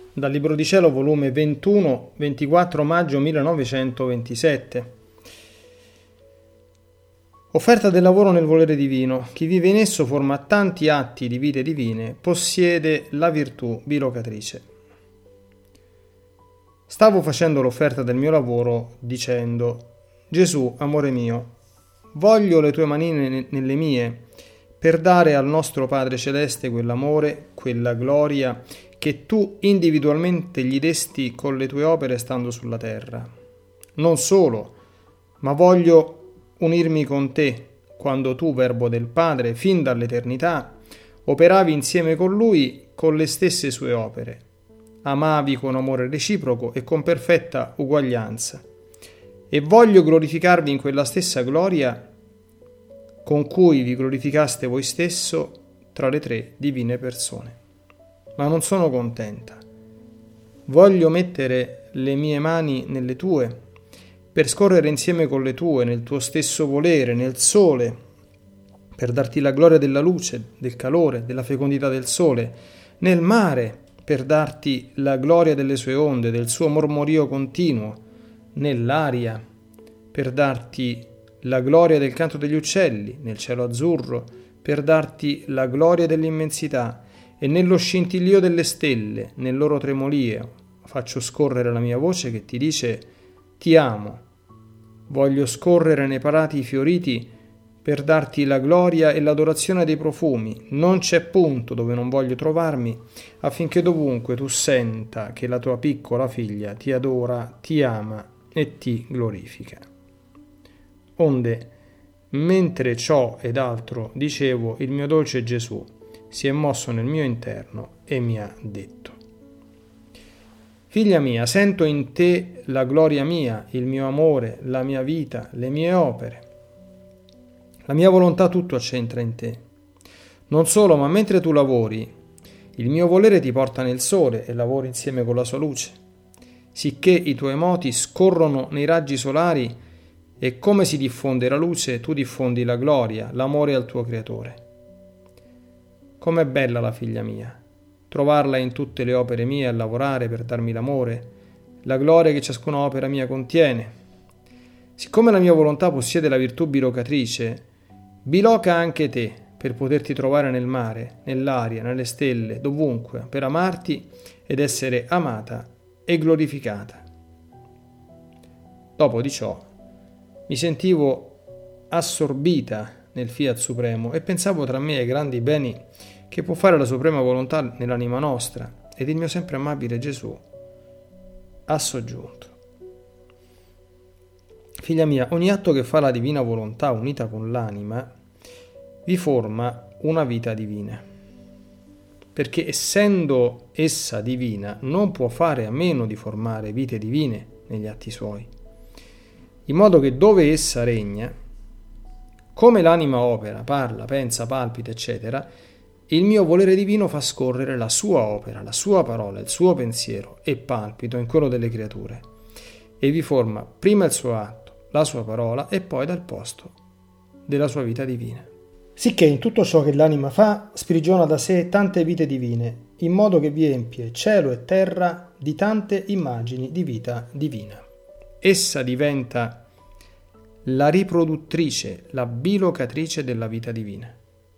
Dal Libro di Cielo, volume 21, 24 maggio 1927. Offerta del lavoro nel volere divino. Chi vive in esso forma tanti atti di vite divine, possiede la virtù bilocatrice. Stavo facendo l'offerta del mio lavoro dicendo: Gesù, amore mio, voglio le tue manine nelle mie per dare al nostro Padre Celeste quell'amore, quella gloria che tu individualmente gli desti con le tue opere stando sulla terra. Non solo, ma voglio unirmi con te quando tu, Verbo del Padre, fin dall'eternità, operavi insieme con Lui con le stesse sue opere. Amavi con amore reciproco e con perfetta uguaglianza. E voglio glorificarvi in quella stessa gloria con cui vi glorificaste voi stesso tra le tre divine persone. Ma non sono contenta. Voglio mettere le mie mani nelle tue, per scorrere insieme con le tue, nel tuo stesso volere, nel sole, per darti la gloria della luce, del calore, della fecondità del sole, nel mare, per darti la gloria delle sue onde, del suo mormorio continuo, nell'aria, per darti la gloria del canto degli uccelli, nel cielo azzurro, per darti la gloria dell'immensità, e nello scintillio delle stelle, nel loro tremolio, faccio scorrere la mia voce che ti dice: ti amo. Voglio scorrere nei parati fioriti per darti la gloria e l'adorazione dei profumi. Non c'è punto dove non voglio trovarmi, affinché dovunque tu senta che la tua piccola figlia ti adora, ti ama e ti glorifica. Onde, mentre ciò ed altro dicevo, il mio dolce Gesù si è mosso nel mio interno e mi ha detto: figlia mia, sento in te la gloria mia, il mio amore, la mia vita, le mie opere. La mia volontà tutto accentra in te. Non solo, ma mentre tu lavori, il mio volere ti porta nel sole e lavori insieme con la sua luce, sicché i tuoi moti scorrono nei raggi solari e come si diffonde la luce, tu diffondi la gloria, l'amore al tuo creatore. Com'è bella la figlia mia, trovarla in tutte le opere mie a lavorare per darmi l'amore, la gloria che ciascuna opera mia contiene. Siccome la mia volontà possiede la virtù bilocatrice, biloca anche te per poterti trovare nel mare, nell'aria, nelle stelle, dovunque, per amarti ed essere amata e glorificata. Dopo di ciò mi sentivo assorbita nel Fiat Supremo e pensavo tra me ai grandi beni che può fare la suprema volontà nell'anima nostra, ed il mio sempre amabile Gesù ha soggiunto: figlia mia, ogni atto che fa la divina volontà unita con l'anima vi forma una vita divina, perché essendo essa divina non può fare a meno di formare vite divine negli atti suoi, in modo che dove essa regna, come l'anima opera, parla, pensa, palpita, eccetera, il mio volere divino fa scorrere la sua opera, la sua parola, il suo pensiero e palpito in quello delle creature, e vi forma prima il suo atto, la sua parola e poi dal posto della sua vita divina. Sicché in tutto ciò che l'anima fa sprigiona da sé tante vite divine, in modo che vi empie cielo e terra di tante immagini di vita divina. Essa diventa la riproduttrice, la bilocatrice della vita divina.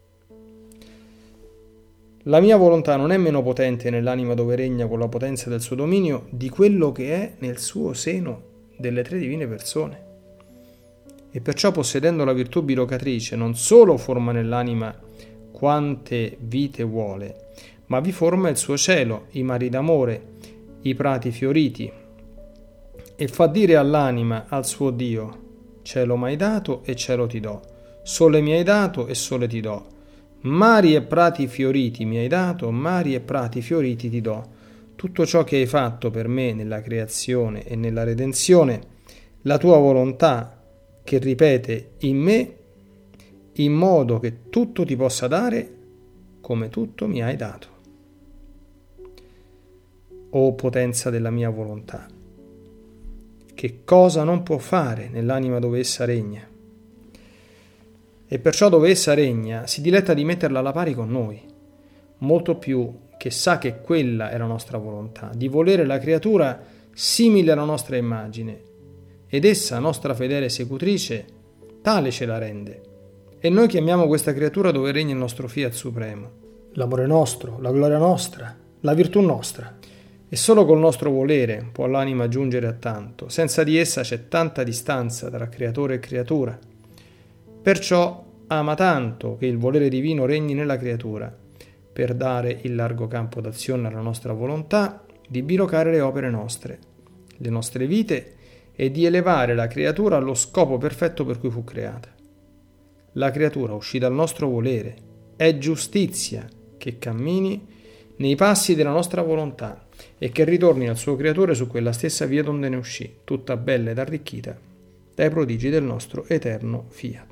La mia volontà non è meno potente nell'anima dove regna con la potenza del suo dominio di quello che è nel suo seno delle tre divine persone. E perciò, possedendo la virtù bilocatrice, non solo forma nell'anima quante vite vuole, ma vi forma il suo cielo, i mari d'amore, i prati fioriti, e fa dire all'anima, al suo Dio: cielo m'hai dato e cielo ti do, sole mi hai dato e sole ti do, mari e prati fioriti mi hai dato, mari e prati fioriti ti do. Tutto ciò che hai fatto per me nella creazione e nella redenzione, la tua volontà che ripete in me, in modo che tutto ti possa dare come tutto mi hai dato. O potenza della mia volontà, che cosa non può fare nell'anima dove essa regna? E perciò dove essa regna si diletta di metterla alla pari con noi, molto più che sa che quella è la nostra volontà, di volere la creatura simile alla nostra immagine, ed essa, nostra fedele esecutrice, tale ce la rende. E noi chiamiamo questa creatura dove regna il nostro fiat supremo. L'amore nostro, la gloria nostra, la virtù nostra. E solo col nostro volere può l'anima giungere a tanto. Senza di essa c'è tanta distanza tra creatore e creatura. Perciò ama tanto che il volere divino regni nella creatura, per dare il largo campo d'azione alla nostra volontà di bilocare le opere nostre, le nostre vite, e di elevare la creatura allo scopo perfetto per cui fu creata. La creatura, uscita dal nostro volere, è giustizia che cammini nei passi della nostra volontà e che ritorni al suo creatore su quella stessa via donde ne uscì, tutta bella ed arricchita dai prodigi del nostro eterno fiat.